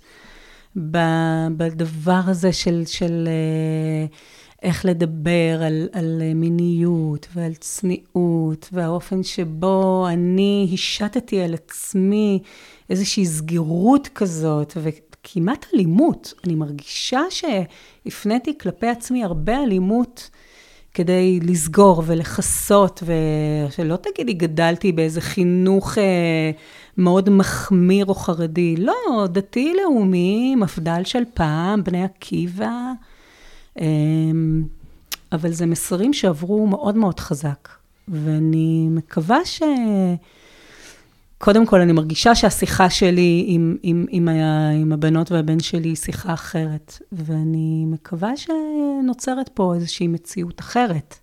בדבר הזה של, של איך לדבר על, על מיניות ועל צניעות, והאופן שבו אני השתתי על עצמי איזושהי סגירות כזאת, וכמעט אלימות. אני מרגישה שהפניתי כלפי עצמי הרבה אלימות, כדי לסגור ולחסות, ושלא תגידי, גדלתי באיזה חינוך אה, מאוד מחמיר או חרדי. לא, דתי לאומי, מפדל של פעם, בני עקיבא, אה, אבל זה מסרים שעברו מאוד מאוד חזק. ואני מקווה ש... קודם כל, אני מרגישה שהשיחה שלי עם, עם, עם, ה, עם הבנות והבן שלי היא שיחה אחרת, ואני מקווה שנוצרת פה איזושהי מציאות אחרת.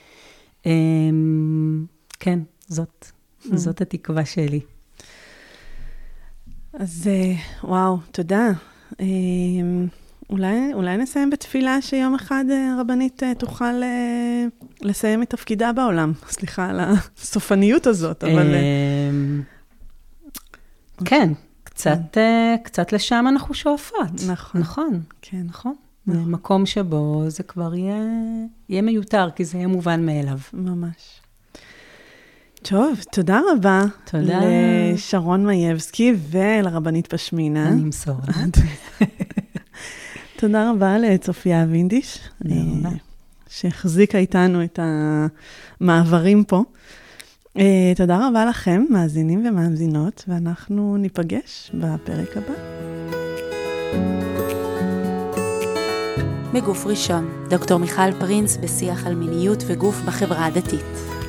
כן, זאת, זאת התקווה שלי. אז וואו, תודה. אולי, אולי נסיים בתפילה שיום אחד הרבנית תוכל לסיים את תפקידה בעולם. סליחה על הסופניות הזאת, אבל... כן, קצת, קצת לשם אנחנו שואפות. נכון. נכון. כן. נכון. זה מקום שבו זה כבר יהיה, יהיה מיותר, כי זה יהיה מובן מאליו. ממש. טוב, תודה רבה. תודה. לשרון מייבסקי ולרבנית פשמינה. אני אמסור. תודה רבה לצופיה וינדיש. תודה רבה. שהחזיקה איתנו את המעברים פה. Uh, תודה רבה לכם, מאזינים ומאזינות, ואנחנו ניפגש בפרק הבא. בגוף ראשון, דוקטור מיכל פרינס בשיח על מיניות וגוף בחברה הדתית.